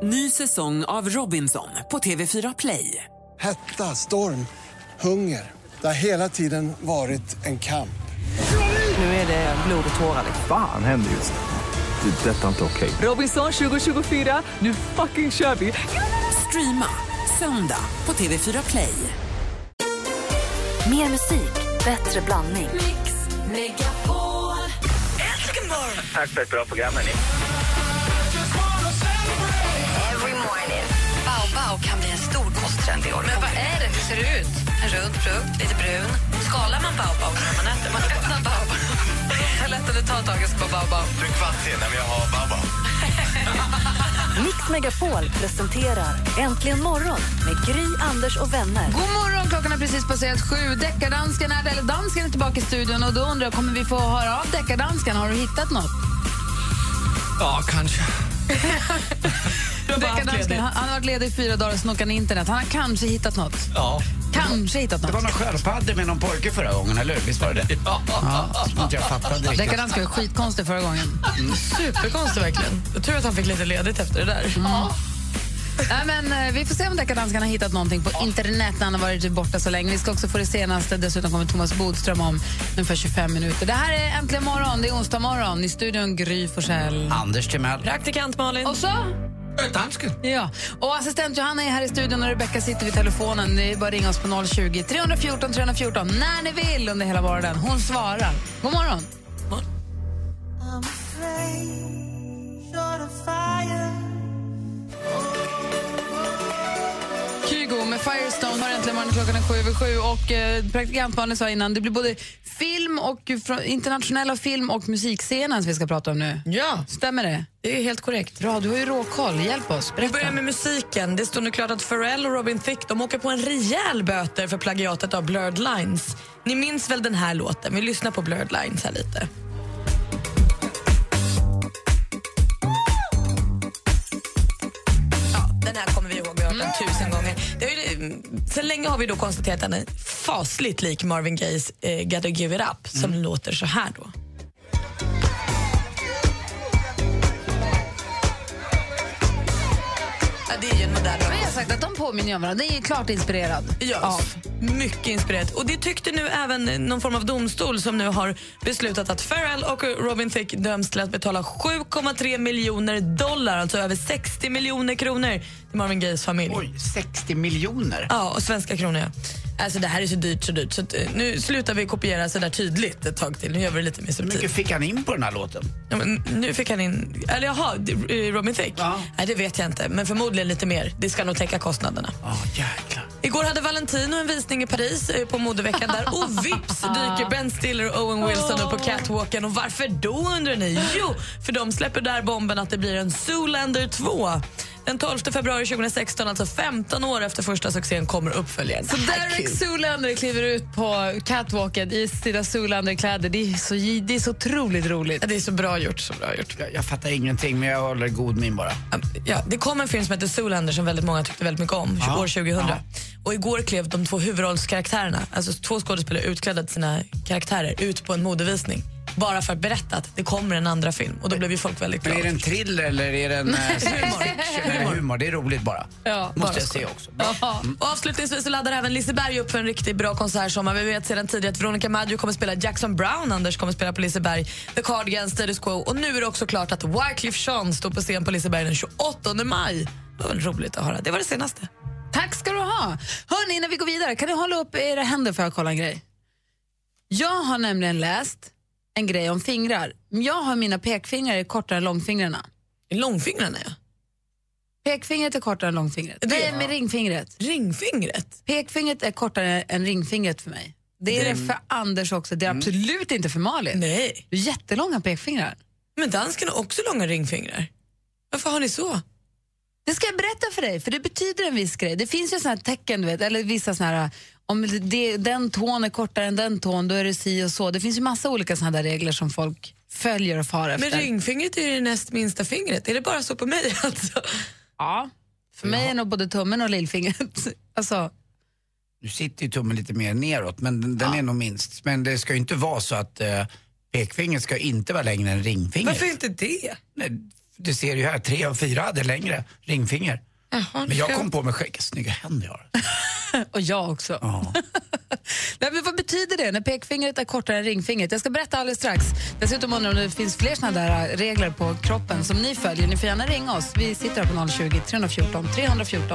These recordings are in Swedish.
Ny säsong av Robinson på TV4 Play. Hetta, storm, hunger. Det har hela tiden varit en kamp. Nu är det blod och tårar. Fan händer just det. Det är detta inte okej. Robinson 2024, nu fucking kör vi. Streama söndag på TV4 Play. Mer musik, bättre blandning. Mix Megapol. Äntligen morgon. Tack för ett bra program, hörni. Every morning. Baobab kan bli en stor kosttrend i år. Men vad är det? Hur ser det ut? En rund frukt, lite brun. Skalar man baobab när man äter? Man öppnar baobab. Jag lättade ta taget på baobab. Du är kvart sen när jag har baobab. Mix Megapol presenterar Äntligen morgon med Gry, Anders och vänner. God morgon, klockan är precis passerat 7. Deckardansken är tillbaka i studion och då undrar jag, kommer vi få höra av deckardansken? Har du hittat något? Ja, kanske. Han har varit ledig i 4 dagar och snokat internet. Han har kanske hittat något. Ja. Kanske hittat något. Det var någon sköldpadda med någon pojke förra gången, eller hur? Visst var det det? Ja. Som inte jag fattade riktigt. Deckardansken var skitkonstig förra gången. Superkonstig verkligen. Jag tror att han fick lite ledigt efter det där. Nej, men vi får se om deckardanskan har hittat någonting på internet när han har varit borta så länge. Vi ska också få det senaste. Dessutom kommer Thomas Bodström om ungefär 25 minuter. Det här är Äntligen morgon. Det är onsdag morgon. I studion Gry Forssell. Anders Timell. Praktikant Malin. Och så... Dansken. Ja, och assistent Johanna är här i studion och Rebecca sitter vid telefonen. Ni bara ringa oss på 020-314 314 när ni vill under hela morgonen. Hon svarar. God morgon. Kygo med Firestone har äntligen morgon, klockan är 7:07 och praktikantmannen sa innan, det blir både film och internationella film- och musikscenen som vi ska prata om nu. Ja, stämmer det? det är helt korrekt. Bra, du har ju råkoll. Hjälp oss, berätta. Vi börjar med musiken. Det står nu klart att Pharrell och Robin Thicke, de åker på en rejäl böter för plagiatet av Blurred Lines. Ni minns väl den här låten? Vi lyssnar på Blurred Lines här lite. Den här kommer vi ihåg, vi har hört den 1000 gånger. Sen länge har vi då konstaterat att den är fasligt lik Marvin Gayes Gotta Give It Up, som låter så här då. Ja, det är ju en modern. Men jag har sagt att de påminner om varandra. Det är klart inspirerad. Ja, mycket inspirerat. Och det tyckte nu även någon form av domstol som nu har beslutat att Pharrell och Robin Thicke döms till att betala 7,3 miljoner dollar, alltså över 60 miljoner kronor till Marvin Gayes familj. Oj, 60 miljoner? Ja, och svenska kronor, ja. Alltså det här är så dyrt. Så att, nu slutar vi kopiera så där tydligt ett tag till. Nu gör vi det lite mer Hur subtilt. mycket fick han in på den här låten? Ja, men nu fick han in... Eller jaha, Robin Thicke? Ja. Nej, det vet jag inte. Men förmodligen lite mer. Det ska nog täcka kostnaderna. Jäklar. Igår hade Valentino en visning i Paris på modeveckan där. Och vips dyker Ben Stiller och Owen Wilson upp på catwalken. Och varför då, undrar ni? Jo, för de släpper där bomben att det blir en Zoolander 2. Den 12 februari 2016, alltså 15 år efter första succén, kommer uppföljaren. Så Derek Zoolander kliver ut på catwalken i sina Zoolander-kläder. Det är så otroligt roligt. Ja, det är så bra gjort, Jag fattar ingenting, men jag håller god min bara. Ja, det kom en film som heter Zoolander som väldigt många tyckte väldigt mycket om, år 2000. Ja. Och igår klev de 2 huvudrollskaraktärerna, alltså 2 skådespelare utklädda till sina karaktärer, ut på en modevisning. Bara för att berätta att det kommer en andra film. Och då blev ju folk väldigt glada. Men är det en thriller eller är det en humor? Det är roligt bara. Ja, måste jag se också. Och avslutningsvis så laddar även Liseberg upp för en riktigt bra konsertsommar. Vi vet sedan tidigare att Veronica Maggio kommer spela Jackson Brown. Anders kommer spela på Liseberg, The Cardigans, Status Quo. Och nu är det också klart att Wyclef Jean står på scen på Liseberg den 28 maj. Det var väl roligt att höra. Det var det senaste. Tack ska du ha. Hörrni, innan vi går vidare, kan ni hålla upp era händer för att kolla en grej? Jag har nämligen läst en grej om fingrar. Jag har mina pekfingrar kortare än långfingrarna. Långfingrarna, ja. Pekfingret är kortare än långfingret. Det är med ringfingret. Ringfingret? Pekfingret är kortare än ringfingret för mig. Det är det för Anders också. Det är absolut inte för Malin. Nej. Du har jättelånga pekfingrar. Men dansken har också långa ringfingrar. Varför har ni så? Det ska jag berätta för dig, för det betyder en viss grej. Det finns ju såna här tecken, du vet, eller vissa såna här, om den tån är kortare än den tån, då är det si och så. Det finns ju massa olika såna där regler som folk följer och far efter. Men ringfingret är ju det näst minsta fingret. Är det bara så på mig alltså? Ja, för mig är nog både tummen och lillfingret. Alltså. Nu sitter ju tummen lite mer neråt, men den är nog minst. Men det ska ju inte vara så att pekfingret ska inte vara längre än ringfingret. Varför inte det? Nej, Du ser ju här, 3 av 4 hade längre ringfinger. Men jag kom på mig själv, snygga händer jag har. Och jag också. Ja. Nej, men vad betyder det när pekfingret är kortare än ringfingret? Jag ska berätta alldeles strax. Dessutom undrar om det finns fler såna där regler på kroppen som ni följer. Ni får gärna ringa oss. Vi sitter här på 020 314 314.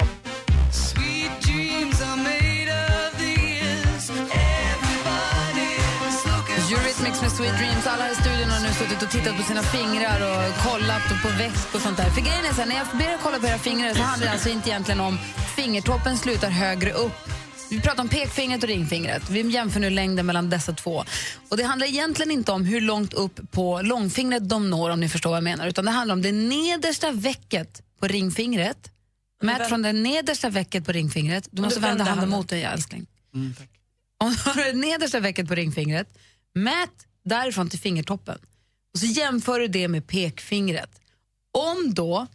Eurythmics med Sweet Dreams. Alla här i studion har nu suttit och tittat på sina fingrar och kollat på växt och sånt där. För grejen är så här, när jag ber er kolla på era fingrar så handlar det alltså inte egentligen om fingertoppen slutar högre upp. Vi pratar om pekfingret och ringfingret. Vi jämför nu längden mellan dessa två. Och det handlar egentligen inte om hur långt upp på långfingret de når, om ni förstår vad jag menar. Utan det handlar om det nedersta vecket på ringfingret. Mät från det nedersta vecket på ringfingret. Du måste vända handen mot dig, älskling. Tack. Om du har det nedersta vecket på ringfingret, mät därifrån till fingertoppen. Och så jämför du det med pekfingret. Om då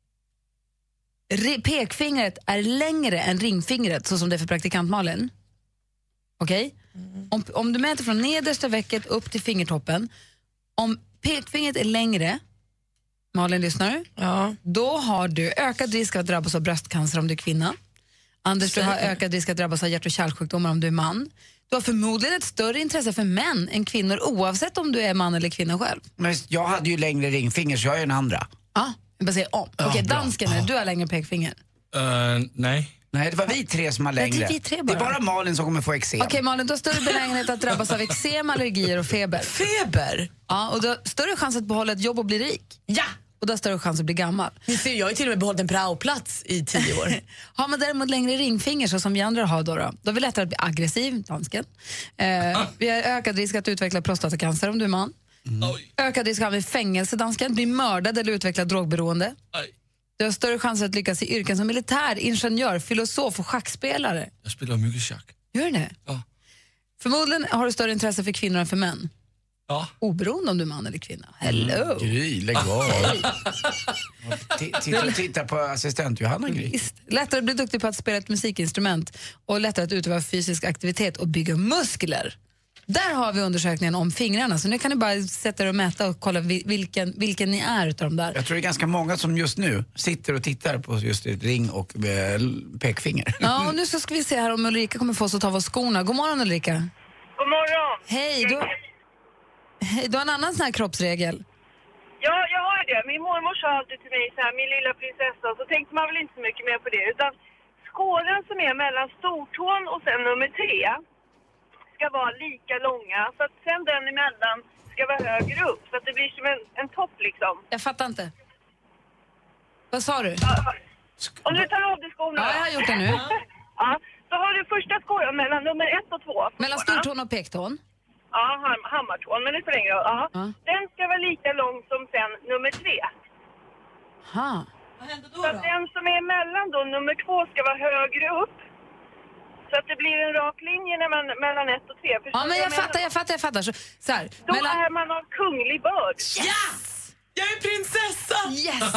pekfingret är längre än ringfingret, så som det är för praktikant Malin. Okej? Om du mäter från nedersta vecket upp till fingertoppen, om pekfingret är längre, Malin, lyssnar du? Ja. Då har du ökad risk att drabbas av bröstcancer om du är kvinna. Anders, du har ökad risk att drabbas av hjärt- och kärlsjukdomar om du är man. Du har förmodligen ett större intresse för män än kvinnor, oavsett om du är man eller kvinna själv. Men jag hade ju längre ringfinger, så jag är en andra. Ja, jag bara säger om. Okej, dansken, du har längre pekfinger. Nej. Nej, det var vi 3 som har längre. Det är vi 3 bara. Det är bara Malin som kommer få eksem. Okej, Malin, du har större benägenhet att drabbas av eksem, allergier och feber. Feber? Ja, och du har större chans att behålla ett jobb och bli rik. Ja! Och du har större chans att bli gammal. Ni ser, jag har till och med behållit en praoplats i 10 år. Har man däremot längre ringfinger, så som vi andra har då är vi lättare att bli aggressiv, dansken. Vi har ökad risk att utveckla prostatacancer om du är man. Ökad risk att hamna i fängelse, dansken. Bli mördad eller utveckla drogberoende. Du har större chans att lyckas i yrken som militär, ingenjör, filosof och schackspelare. Jag spelar mycket schack. Gör det? Ja. Förmodligen har du större intresse för kvinnor än för män. Ja. Oberoende om du är man eller kvinna. Hello! Gry, lägg av. Titta på assistent Johanna Gry. Lättare att bli duktig på att spela ett musikinstrument och lättare att utöva fysisk aktivitet och bygga muskler. Där har vi undersökningen om fingrarna, så nu kan ni bara sätta er och mäta och kolla vilken ni är utav de där. Jag tror det är ganska många som just nu sitter och tittar på just ett ring och pekfinger. Ja, och nu så ska vi se här om Ulrika kommer få oss att ta av oss skorna. God morgon, Ulrika. God morgon. Hej, du har en annan sån här kroppsregel. Ja, jag har det. Min mormor sa alltid till mig så här, min lilla prinsessa, så tänkte man väl inte så mycket mer på det. Utan skålen som är mellan stortån och sen nummer 3 ska vara lika långa. Så att sen den emellan ska vara högre upp. Så att det blir som en topp liksom. Jag fattar inte. Vad sa du? Om du tar av dig skorna. Ja, jag har gjort det nu. Ja, så har du första skålen mellan nummer 1 och 2. Mellan stortån och pektån? Ja, hammartån, men det spelar ingen roll. Ja. Den ska vara lika lång som sen nummer 3. Ha. Så att den som är emellan då, nummer 2, ska vara högre upp. Så att det blir en rak linje när man, mellan 1 och 3. Ja, men jag fattar. Så här, då är man av kunglig börd. Yes! Jag är prinsessa! Yes!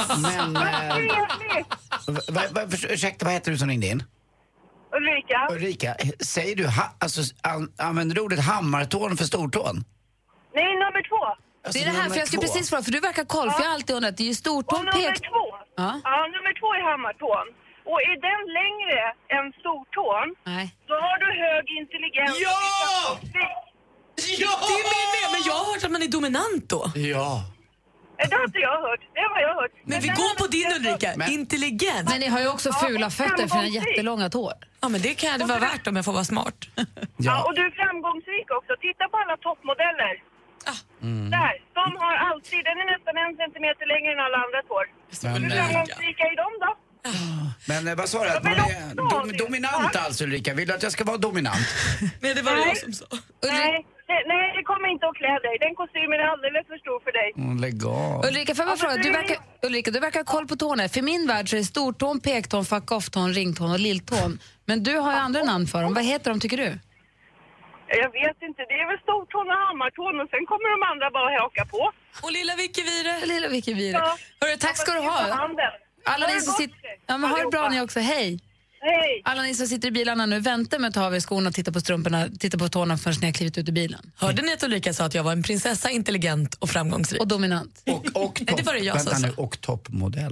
Men, ursäkta, vad heter du som ringde in? Ulrika, säger du, använder du ordet hammartån för stortån? Nej, nummer 2. Alltså, det är det här, för jag ska precis fråga, för du verkar koll, för jag har alltid undrat, det är ju stortån, nummer 2. Ja, nummer 2 är hammartån. Och är den längre än stortån, då har du hög intelligens. Ja! Det är min med, men jag har hört att man är dominant då. Ja. Det har inte jag hört. Det har jag hört. Men vi går på din, Ulrika. Intelligens. Men ni har ju också fula fötter för en jättelånga tår. Ja, men det kan det vara värt om jag får vara smart. Ja, och du är framgångsrik också. Titta på alla toppmodeller. Där, de har alltid, den är nästan 1 centimeter längre än alla andra tår. Hur framgångsrika är de då? Men vad sa du? Att man är dominant alltså, Ulrika. Vill du att jag ska vara dominant? Nej, det var jag som sa. Nej, det kommer inte att klä dig. Den kostymen är alldeles för stor för dig. Lägg av. Ulrika, får jag fråga, du verkar ha koll på tårna. För min värld så är det stortån, pektån, fuck-off-tån, ringtån och lilltån. Men du har ju andra namn för dem. Vad heter de, tycker du? Jag vet inte. Det är väl stortån och hammartån och sen kommer de andra bara haka på. Och lilla Vickevire. Lilla Vickevire. Ja. Hörru, tack ska du ha. Alla ni som sitter... Ja, men ha det bra ni också. Hej. Hej! Alla ni som sitter i bilarna nu, vänta med att ta av er skorna och titta på strumporna, titta på tårna förrän ni har klivit ut ur bilen. Hörde ni att Ulrika sa att jag var en prinsessa, intelligent och framgångsrik? Och dominant. Och det var det jag vänta som nu, sa. och toppmodell.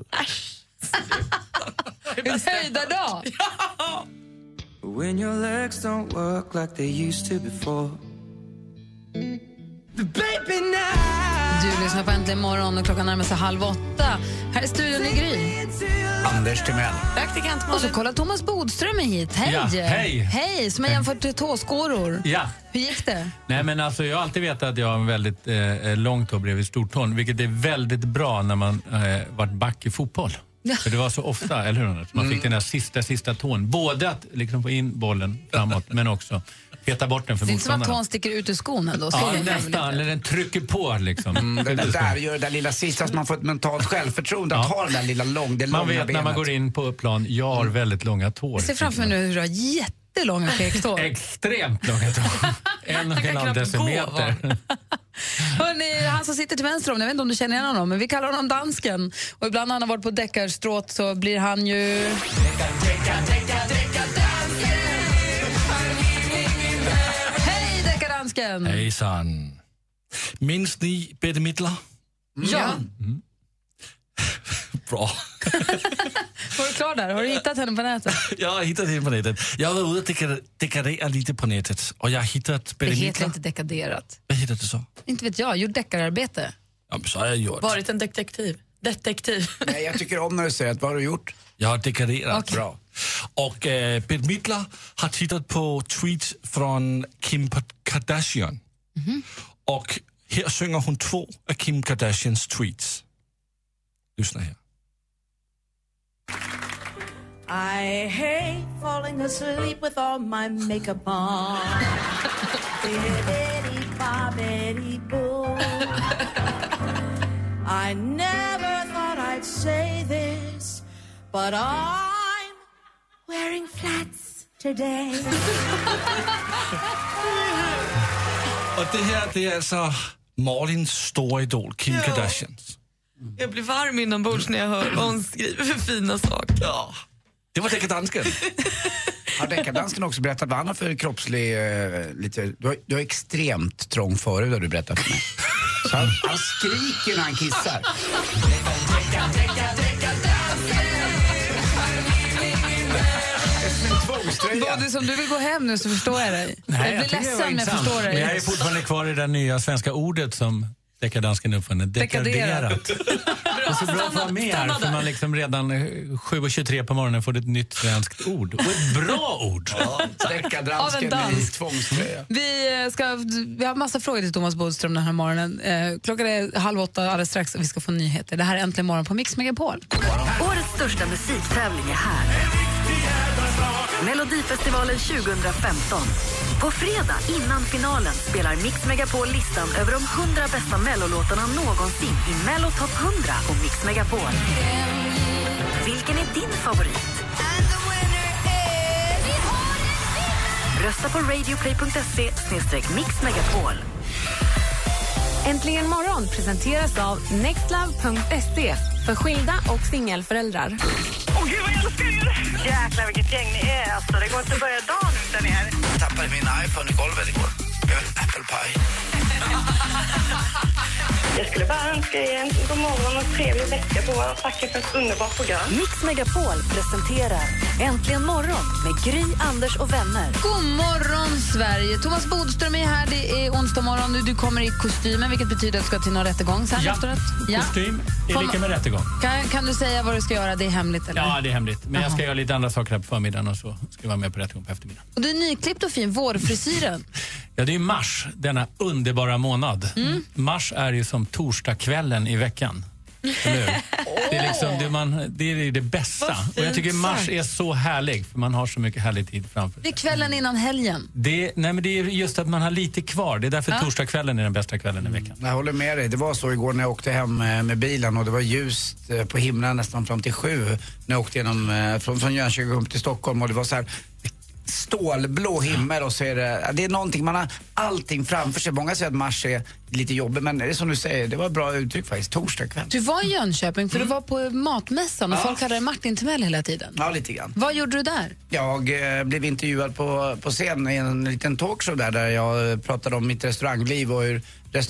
En höjdardag! Ja! When your legs don't work like they used to before. Baby now. Du lyssnar på Äntligen morgon och klockan närmar sig 7:30. Här är studion i Gry. Anders Timell. Praktikant Och så kollar Thomas Bodström är hit. Hej! Ja, hej! Hej, som har jämfört tåskåror. Ja. Hur gick det? Nej, men alltså, jag har alltid vetat att jag har en väldigt lång tå bredvid stortån, vilket är väldigt bra när man varit back i fotboll. Ja. För det var så ofta, eller hur? Man fick den där sista tån. Både att liksom få in bollen framåt, men också peta bort den för motståndarna. Det är inte som att motståndarna. tån sticker ut ur skon ändå. Ja, nästan. Eller den trycker på liksom. Det där gör det där lilla sista, så man får ett mentalt självförtroende att ha den där lilla man långa vet benet. när man går in på plan, jag har väldigt långa tår. Jag ser framför mig nu hur du har jättelånga pektår. Extremt långa tår. 1,5 decimeter. Hörrni, han som sitter till vänster om, jag vet inte om du känner igen honom, men vi kallar honom dansken. Och ibland när han har varit på deckarstråt så blir han ju... Hej, deckardansken! Hejsan. Minns ni Bette Midler? Ja. Mm. Bra. Var du klar där? Har du hittat henne på nätet? Jag har hittat henne på nätet. Jag var ute och dekadera lite på nätet. Och jag har hittat Bette Det Midler. heter inte dekaderat. Vad heter det så? Inte vet jag, gjort deckararbete. Ja, så har jag gjort. Varit en detektiv. Nej, jag tycker om när du säger att vad har du gjort? Jag har dekaderat. Okay. Bra. Och Bette Midler har tittat på tweets från Kim Kardashian. Mm-hmm. Och här sjunger hon 2 av Kim Kardashians tweets. Lyssna här. I hate falling asleep with all my makeup on. Bibbidi-bobbidi-boo. I never thought I'd say this, but I'm wearing flats today. Och det är alltså Malins stora idol, Kim Kardashian. Jag blir varm inombords när jag hör vad hon skriver för fina saker. Ja. Det var deckardansken. Har deckardansken också berättat vad han har för kroppslig... lite, du har extremt trång förut, har du berättat för mig. Så han skriker när han kissar. Både som du vill gå hem nu så förstår jag dig. Nej, jag blir ledsen men jag förstår dig. Men jag är fortfarande kvar i det nya svenska ordet som deckardansken uppfann. Dekaderat. Det är så bra att vara med här, för man liksom redan 7:23 på morgonen får ett nytt svenskt ord. Och ett bra ord. Ja, deckardansken i tvångströja. Vi har massa frågor till Thomas Bodström den här morgonen. Klockan är 7:30 alldeles strax och vi ska få nyheter. Det här är Äntligen morgon på Mix Megapol. Årets största musiktävling är här. Melodifestivalen 2015. På fredag innan finalen spelar Mix Megapol listan över de 100 bästa mellolåtarna någonsin i Mello Top 100 på Mix Megapol. Vilken är din favorit? Rösta på radioplay.se/mixmegapol. Äntligen morgon presenteras av nextlove.se för skilda och singelföräldrar. Åh gud vad jag älskar er! Jäklar vilket gäng ni är alltså. Det går inte att börja dagen utan er. Jag tappade min iPhone i golvet igår. Jag är Apple Pie. Jag skulle bara önska er en god morgon och trevlig vecka på och tacka för ett underbart program. Mix Megapol presenterar Äntligen morgon med Gry, Anders och vänner. God morgon Sverige. Thomas Bodström är här. Det är onsdag morgon. Du kommer i kostymen, vilket betyder att du ska till någon rättegång sen efteråt. Ja, kostym är lika med rättegång. Kan du säga vad du ska göra? Det är hemligt eller? Ja, det är hemligt. Men jag ska göra lite andra saker här på förmiddagen och så ska jag vara med på rättegång på eftermiddagen. Och du är nyklippt och fin. Vårfrisyren. Ja, det är mars, denna underbara månad. Mars är ju som torsdagskvällen i veckan. Eller? Det är liksom det är det bästa. Och jag tycker mars är så härlig, för man har så mycket härlig tid framför sig. Det är kvällen innan helgen. Nej, men det är just att man har lite kvar. Det är därför torsdagskvällen är den bästa kvällen i veckan. Jag håller med dig. Det var så igår när jag åkte hem med bilen och det var ljust på himlen nästan fram till 7 när jag åkte från Jönköping upp till Stockholm och det var så här. stålblå himmel och så är det är någonting, man har allting framför sig. Många säger att mars är lite jobbig, men det är som du säger, det var ett bra uttryck faktiskt, torsdag kväll. Du var i Jönköping för du var på matmässan och folk kallade Martin Timell hela tiden. Ja, lite grann. Vad gjorde du där? Jag blev intervjuad på scen i en liten talkshow där jag pratade om mitt restaurangliv och hur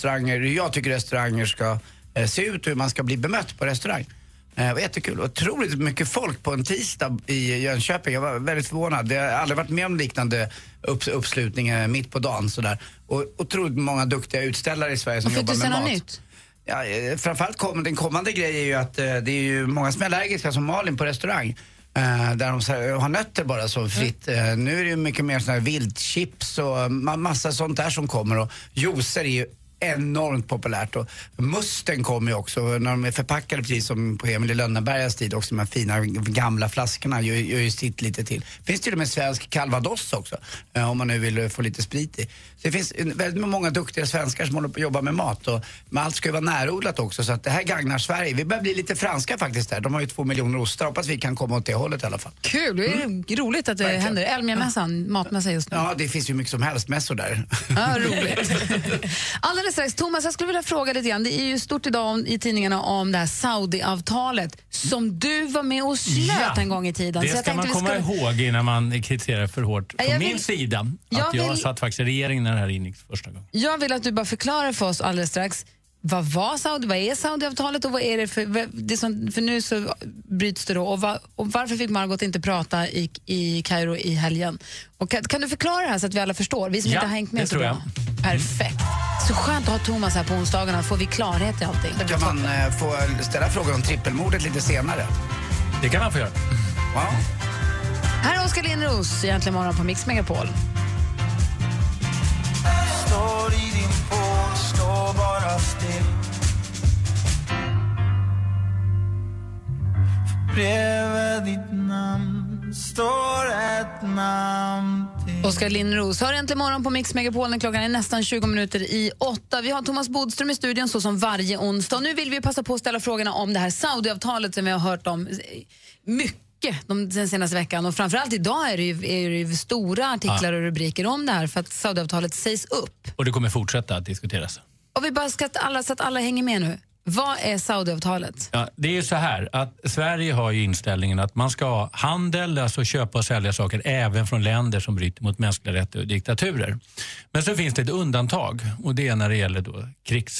jag tycker restauranger ska se ut och hur man ska bli bemött på restaurang. Det var jättekul. Otroligt mycket folk på en tisdag i Jönköping. Jag var väldigt förvånad. Jag har aldrig varit med om liknande uppslutning mitt på dagen. Sådär. Och otroligt många duktiga utställare i Sverige som jobbar med mat. Nytt? Ja, framförallt den kommande grejen är ju att det är ju många som är allergiska som Malin på restaurang. Där de har nötter bara så fritt. Nu är det ju mycket mer sådana här vildchips och massa sånt där som kommer. Och juicer är ju enormt populärt och musten kommer ju också när de är förpackade precis som på Emil i Lönnebergas tid också, de här fina gamla flaskorna gör ju sitt lite till. Finns till och med svensk calvados också om man nu vill få lite sprit i. Så det finns väldigt många duktiga svenskar som håller på att jobba med mat och allt ska ju vara närodlat också så att det här gagnar Sverige. Vi börjar bli lite franska faktiskt där. De har ju 2 miljoner ostar. Hoppas vi kan komma åt det hållet i alla fall. Kul, det är roligt att det händer. Elmia-mässan, matmässa just nu. Ja, det finns ju mycket som helst mässor där. Ja, roligt. Alldeles strax, Thomas, jag skulle vilja fråga lite grann. Det är ju stort idag i tidningarna om det här Saudi-avtalet som du var med och slöt en gång i tiden. Det så jag ska man komma ihåg innan man kritiserar för hårt från min sida. Att jag satt faktiskt i regeringen när det här ingicks första gången. Jag vill att du bara förklarar för oss alldeles strax. Vad är Saudi-avtalet och vad är det för nu så bryts det då och varför fick Margot inte prata i Kairo i helgen? Och kan du förklara det här så att vi alla förstår? Vi som inte har hängt med så bra. Perfekt. Så skönt att ha Thomas här på onsdagarna, får vi klarhet i allting. Kan man få ställa frågor om trippelmordet lite senare? Det kan man få göra. Wow. Här är Oskar Lindros, egentligen morgon på Mix Megapol. Står i din pål, står bara still. Bredvid ditt namn står ett namn till. Oskar Lindros har äntligen morgon på Mix Megapol när klockan är nästan 20 minuter i 8. Vi har Thomas Bodström i studion så som varje onsdag. Och nu vill vi passa på att ställa frågorna om det här Saudi-avtalet som vi har hört om mycket den senaste veckan. Och framförallt idag är det ju stora artiklar och rubriker om det här för att Saudi-avtalet sägs upp. Och det kommer fortsätta att diskuteras. Och vi bara ska så att alla hänger med nu. Vad är Saudi-avtalet? Ja, det är ju så här att Sverige har ju inställningen att man ska ha handel, alltså köpa och sälja saker även från länder som bryter mot mänskliga rättigheter och diktaturer. Men så finns det ett undantag och det är när det gäller då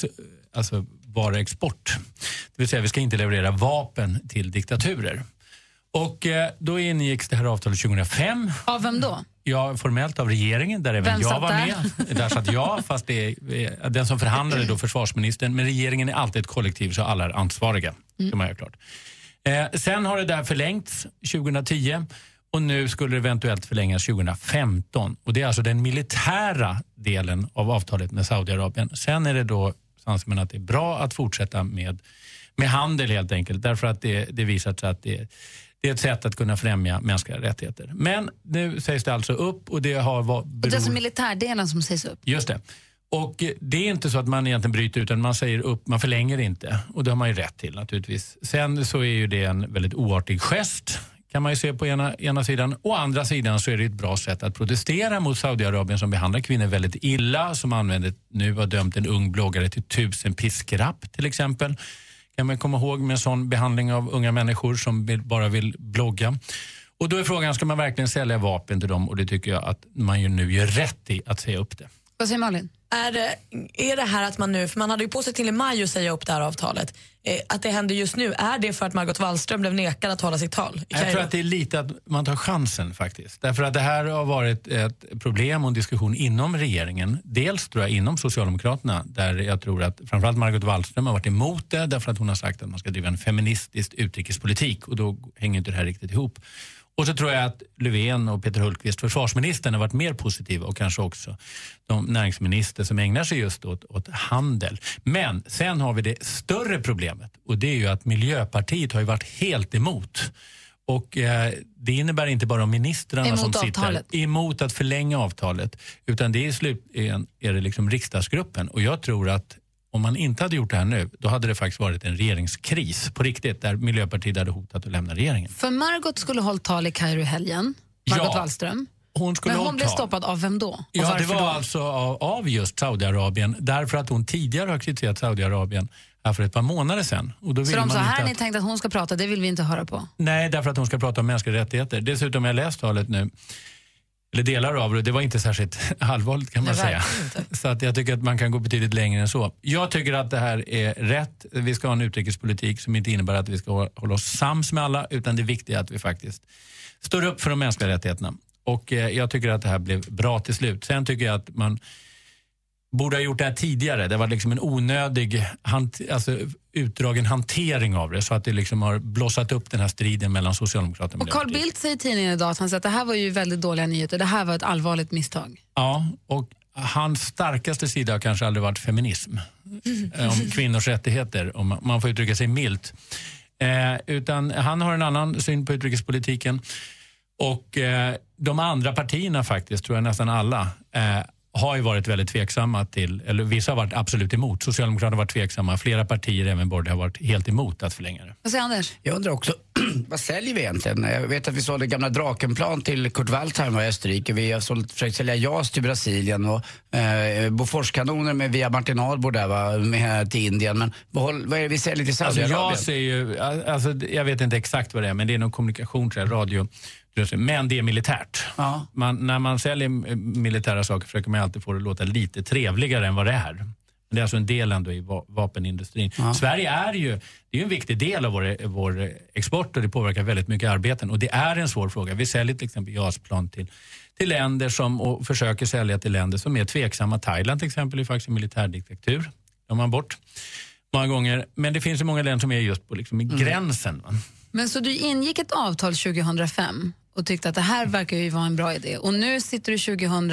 varuexport. Det vill säga vi ska inte leverera vapen till diktaturer. Och då ingicks det här avtalet 2005. Av vem då? Ja, formellt av regeringen, där även jag var med. Där satt jag, fast det är den som förhandlade då försvarsministern. Men regeringen är alltid ett kollektiv så alla är ansvariga. Kan man göra klart. Sen har det där förlängts 2010 och nu skulle det eventuellt förlängas 2015. Och det är alltså den militära delen av avtalet med Saudiarabien. Sen är det då anser man att det är bra att fortsätta med handel helt enkelt. Därför att det visar sig att det är ett sätt att kunna främja mänskliga rättigheter. Men nu sägs det alltså upp och det har det är alltså militärdelen som sägs upp? Just det. Och det är inte så att man egentligen bryter utan man säger upp, man förlänger inte. Och det har man ju rätt till naturligtvis. Sen så är ju det en väldigt oartig gest kan man ju se på ena sidan. Å andra sidan så är det ett bra sätt att protestera mot Saudiarabien som behandlar kvinnor väldigt illa. Som har dömt en ung bloggare till 1000 piskrapp till exempel. Kan man komma ihåg med en sån behandling av unga människor som bara vill blogga. Och då är frågan, ska man verkligen sälja vapen till dem? Och det tycker jag att man ju nu gör rätt i att säga upp det. Vad säger Malin? Är det här att man nu, för man hade ju på sig till i maj att säga upp det här avtalet, att det händer just nu, är det för att Margot Wallström blev nekad att hålla sitt tal? Jag tror att det är lite att man tar chansen faktiskt. Därför att det här har varit ett problem och en diskussion inom regeringen. Dels tror jag inom Socialdemokraterna, där jag tror att framförallt Margot Wallström har varit emot det därför att hon har sagt att man ska driva en feministisk utrikespolitik och då hänger inte det här riktigt ihop. Och så tror jag att Löfven och Peter Hultqvist, försvarsministern, har varit mer positiva och kanske också de näringsminister som ägnar sig just åt handel. Men sen har vi det större problemet och det är ju att Miljöpartiet har ju varit helt emot. Och det innebär inte bara ministrarna emot som avtalet. Sitter emot att förlänga avtalet utan det är det liksom riksdagsgruppen. Och jag tror att om man inte hade gjort det här nu, då hade det faktiskt varit en regeringskris på riktigt, där Miljöpartiet hade hotat att lämna regeringen. För Margot skulle hålla tal i Kairo i helgen, Margot Wallström. hon skulle Men hon hållit blev tal. stoppad av vem då? Ja, det var då? alltså av just Saudiarabien. Därför att hon tidigare har kritiserat Saudiarabien här för ett par månader sedan. Och då vill Så de man sa, inte här har att... ni tänkt att hon ska prata, det vill vi inte höra på. Nej, därför att hon ska prata om mänskliga rättigheter. Dessutom har jag läst talet nu. Eller delar av det. Det var inte särskilt allvarligt kan man säga. Så att jag tycker att man kan gå betydligt längre än så. Jag tycker att det här är rätt. Vi ska ha en utrikespolitik som inte innebär att vi ska hålla oss sams med alla. Utan det viktiga är att vi faktiskt står upp för de mänskliga rättigheterna. Och jag tycker att det här blev bra till slut. Sen tycker jag att man borde ha gjort det här tidigare. Det var liksom en onödig utdragen hantering av det. Så att det liksom har blossat upp den här striden mellan Socialdemokraterna och Och Carl Bildt säger i tidningen idag att han säger att det här var ju väldigt dåliga nyheter. Det här var ett allvarligt misstag. Ja, och hans starkaste sida har kanske aldrig varit feminism. Om kvinnors rättigheter, om man får uttrycka sig milt. Utan han har en annan syn på utrikespolitiken. Och de andra partierna faktiskt, tror jag nästan alla, har ju varit väldigt tveksamma till, eller vissa har varit absolut emot. Socialdemokraterna har varit tveksamma, flera partier, även borgerliga, har varit helt emot att förlänga det. Vad säger Anders? Jag undrar också, vad säljer vi egentligen? Jag vet att vi sålde gamla Drakenplan till Kurt Waldheim i Österrike. Vi har försökt sälja JAS till Brasilien och Boforskanoner med via Martin Ardbo där med till Indien. Men vad är det vi säljer till Saudiarabien? Alltså JAS är ju, jag vet inte exakt vad det är, men det är någon kommunikation, radio. Men det är militärt. Ja. När man säljer militära saker försöker man alltid få det att låta lite trevligare än vad det är. Men det är alltså en del ändå i vapenindustrin. Ja. Sverige är ju en viktig del av vår export och det påverkar väldigt mycket arbeten. Och det är en svår fråga. Vi säljer till exempel JAS-plan till länder och försöker sälja till länder som är tveksamma. Thailand till exempel är faktiskt en militärdiktatur. De har bort många gånger. Men det finns ju många länder som är just på liksom i gränsen. Men så du ingick ett avtal 2005 och tyckte att det här verkar ju vara en bra idé. Och nu sitter du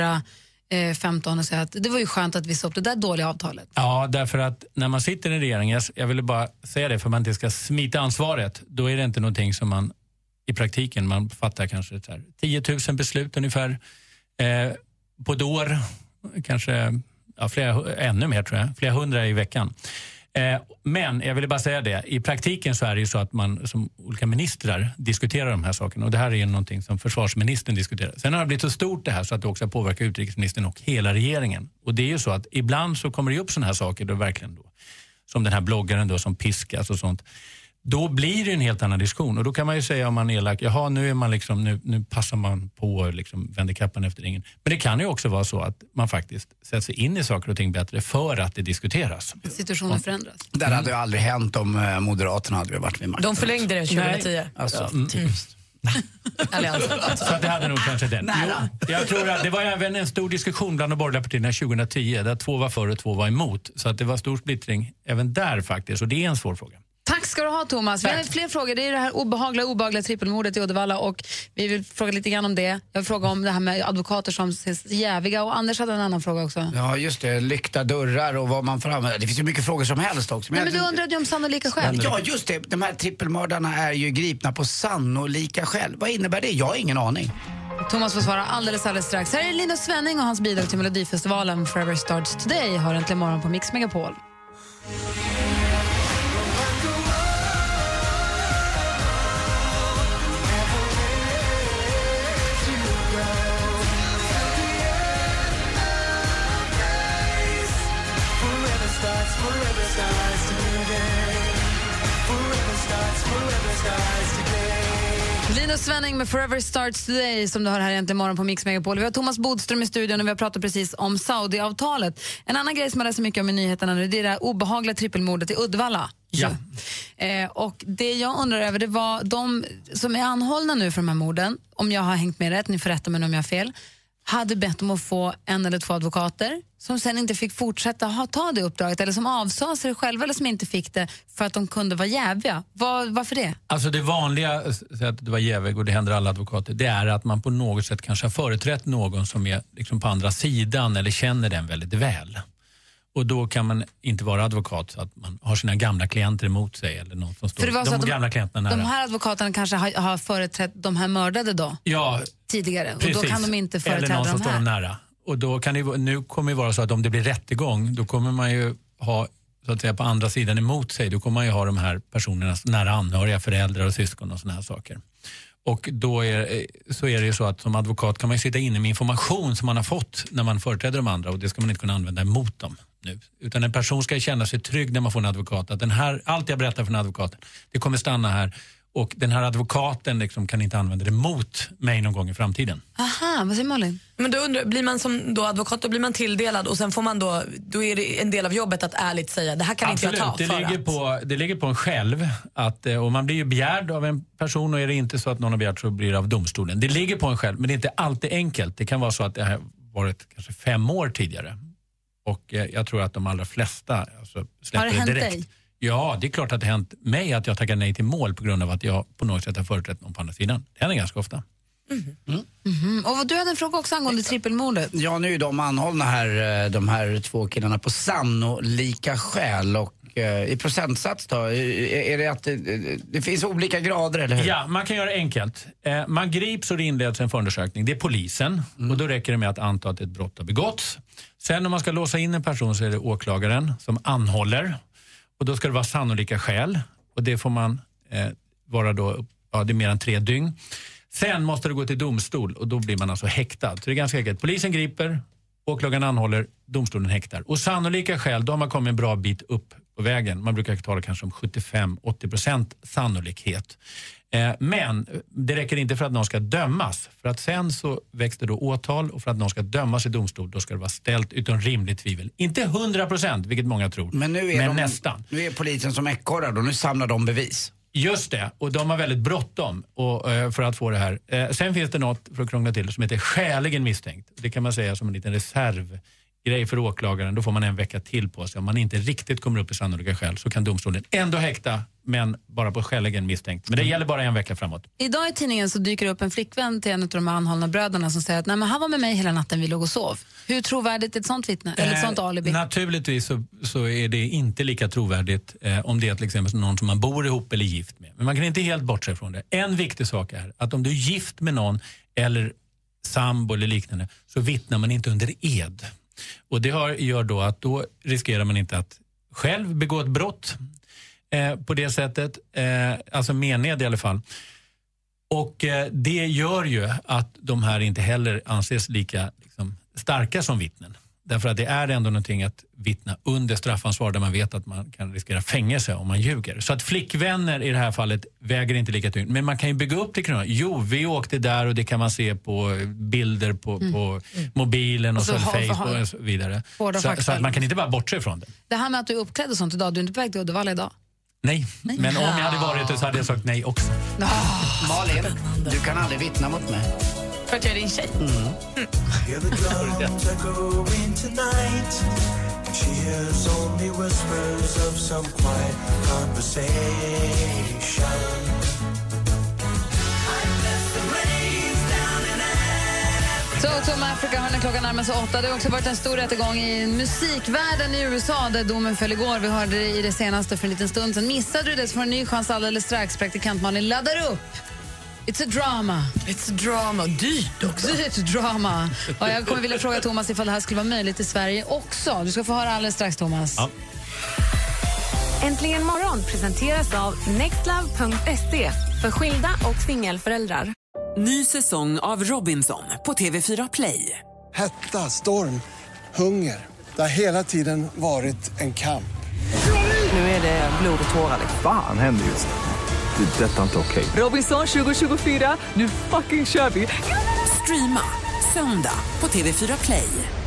2015 och säger att det var ju skönt att vi såg upp det där dåliga avtalet. Ja, därför att när man sitter i regeringen, jag ville bara säga det för att man inte ska smita ansvaret, då är det inte någonting som man i praktiken, man fattar kanske 10 000 beslut ungefär på ett år, kanske ännu mer tror jag, flera hundra i veckan. Men jag ville bara säga det, i praktiken så är det ju så att man som olika ministrar diskuterar de här sakerna och det här är ju någonting som försvarsministern diskuterar. Sen har det blivit så stort det här så att det också påverkar utrikesministern och hela regeringen. Och det är ju så att ibland så kommer det upp såna här saker då verkligen då, som den här bloggaren då som piskas och sånt. Då blir det en helt annan diskussion och då kan man ju säga om man är elak, jaha nu är man liksom, nu passar man på liksom vänder kappan efter ringen. Men det kan ju också vara så att man faktiskt sätter sig in i saker och ting bättre för att det diskuteras. Situationen förändras. Det hade ju aldrig hänt om Moderaterna hade varit vid makten. De förlängde det 2010. Alltså, så det hade nog kanske den. Jag tror att det var även en stor diskussion bland de borgerliga partierna 2010 där 2 var för och 2 var emot. Så att det var stor splittring även där faktiskt och det är en svår fråga. Tack ska du ha Thomas. Vi har fler frågor. Det är det här obehagliga trippelmordet i Uddevalla och vi vill fråga lite grann om det. Jag vill fråga om det här med advokater som ses jäviga och Anders hade en annan fråga också. Ja just det, lyckta dörrar och vad man får använda. Det finns ju mycket frågor som helst också. Men du undrade ju om sannolika skäl. Ja just det, de här trippelmördarna är ju gripna på sannolika skäl. Vad innebär det? Jag har ingen aning. Thomas får svara alldeles strax. Här är Linus Svenning och hans bidrag till Melodifestivalen Forever Starts Today. Har äntligen morgon på Mix Megapol. Linus Svenning med Forever Starts Today som du har här egentligen morgon på Mix Megapol. Vi har Thomas Bodström i studion och vi har pratat precis om Saudi-avtalet. En annan grej som jag läser mycket om i nyheterna nu det är det här obehagliga trippelmordet i Uddevalla. Ja. Och det jag undrar över det var de som är anhållna nu för de här morden, om jag har hängt med rätt, ni får rätta mig om jag har fel, hade bett om att få 1 eller 2 advokater som sen inte fick fortsätta ta det uppdraget eller som avsade sig själva eller som inte fick det för att de kunde vara jäviga. Varför det? Alltså det vanliga sättet att vara jävig och det händer alla advokater det är att man på något sätt kanske har företrätt någon som är liksom på andra sidan eller känner den väldigt väl. Och då kan man inte vara advokat så att man har sina gamla klienter emot sig eller någon som står de gamla klienterna nära. De här advokaterna kanske har företrätt de här mördade då? Ja, tidigare. Precis. Och då kan de inte företräda eller någon som de här. står dem nära. Och då kan det, nu kommer det vara så att om det blir rättegång då kommer man ju ha så att säga på andra sidan emot sig, då kommer man ju ha de här personernas nära anhöriga, föräldrar och syskon och såna här saker. Och då så är det ju så att som advokat kan man ju sitta inne med information som man har fått när man företräder de andra, och det ska man inte kunna använda emot dem nu. Utan en person ska känna sig trygg när man får en advokat, att allt jag berättar för en advokat, det kommer stanna här. Och den här advokaten liksom kan inte använda det mot mig någon gång i framtiden. Aha, vad säger Malin? Men då blir man som då advokat, då blir man tilldelad och sen får man då är det en del av jobbet att ärligt säga det här kan absolut, inte jag ta. Det ligger på en själv att, och man blir ju begärd av en person, och är det inte så att någon har begärt så blir det av domstolen. Det ligger på en själv, men det är inte alltid enkelt. Det kan vara så att det har varit kanske 5 år tidigare. Och jag tror att de allra flesta släpper det direkt. Dig? Ja, det är klart att det har hänt mig att jag tackar nej till mål på grund av att jag på något sätt har företrätt någon på andra sidan. Det händer ganska ofta. Och du hade en fråga också angående trippelmordet. Ja, nu är de anhållna här, de här 2 killarna på sannolika skäl. Och i procentsats då, är det att det finns olika grader, eller hur? Ja, man kan göra det enkelt. Man grips och det inleds en förundersökning. Det är polisen, och då räcker det med att anta att ett brott har begåtts. Sen om man ska låsa in en person så är det åklagaren som anhåller. Och då ska det vara sannolika skäl. Och det får man vara då, det är mer än 3 dygn. Sen måste det gå till domstol, och då blir man alltså häktad. Så det är ganska enkelt. Polisen griper, åklagaren anhåller, domstolen häktar. Och sannolika skäl, då har man kommit en bra bit upp på vägen. Man brukar tala kanske om 75-80% sannolikhet. Men det räcker inte för att någon ska dömas. För att sen så väcks det då åtal, och för att någon ska dömas i domstol, då ska det vara ställt utan rimligt tvivel. Inte 100%, vilket många tror, men nästan. Nu är polisen som ekorrar och nu samlar de bevis. Just det, och de har väldigt bråttom för att få det här. Sen finns det något, för att krångla till, som heter skäligen misstänkt. Det kan man säga som en liten reservgrej för åklagaren. Då får man en vecka till på sig. Om man inte riktigt kommer upp i sannolika skäl så kan domstolen ändå häkta, men bara på skäligen misstänkt. Men det gäller bara en vecka framåt. Idag i tidningen så dyker det upp en flickvän till en av de anhållna bröderna som säger att nej, men han var med mig hela natten, vi låg och sov. Hur trovärdigt är ett sånt vittne? Eller ett sånt alibi? Naturligtvis så är det inte lika trovärdigt om det är till exempel någon som man bor ihop eller gift med. Men man kan inte helt bortse från det. En viktig sak är att om du är gift med någon eller sambo eller liknande, så vittnar man inte under ed. Och det gör då att då riskerar man inte att själv begå ett brott på det sättet, alltså mened i alla fall. Och det gör ju att de här inte heller anses lika starka som vittnen. Därför att det är ändå någonting att vittna under straffansvar, där man vet att man kan riskera fängelse om man ljuger. Så att flickvänner i det här fallet väger inte lika tungt. Men man kan ju bygga upp det kring det. Jo, vi åkte där, och det kan man se på bilder på mobilen och så Facebook och så vidare. Så att man kan inte bara bortse ifrån det. Det här med att du är uppklädd och sånt idag, du är inte på väg till Uddevalla idag? Nej, men om jag hade varit det så hade jag sagt nej också. Malin, du kan aldrig vittna mot mig. För att jag är din tjej. Så Africa har när klockan närmar sig 8. Det har också varit en stor rättegång i musikvärlden i USA där domen föll igår. Vi hörde det i det senaste för en liten stund sedan. Missade du det så får en ny chans alldeles strax. Praktikant Malin laddar upp. It's a drama. It's a drama. Dyrt också. It's a drama. Och jag kommer vilja fråga Thomas ifall det här skulle vara möjligt i Sverige också. Du ska få höra alldeles strax, Thomas. Ja. Äntligen morgon presenteras av nextlove.se för skilda och singelföräldrar. Ny säsong av Robinson på TV4 Play. Hetta, storm, hunger. Det har hela tiden varit en kamp. Nu är det blod och tårar. Fan händer just det. Det är detta inte okej. Robinson 2024, nu fucking kör vi. Streama söndag på TV4 Play.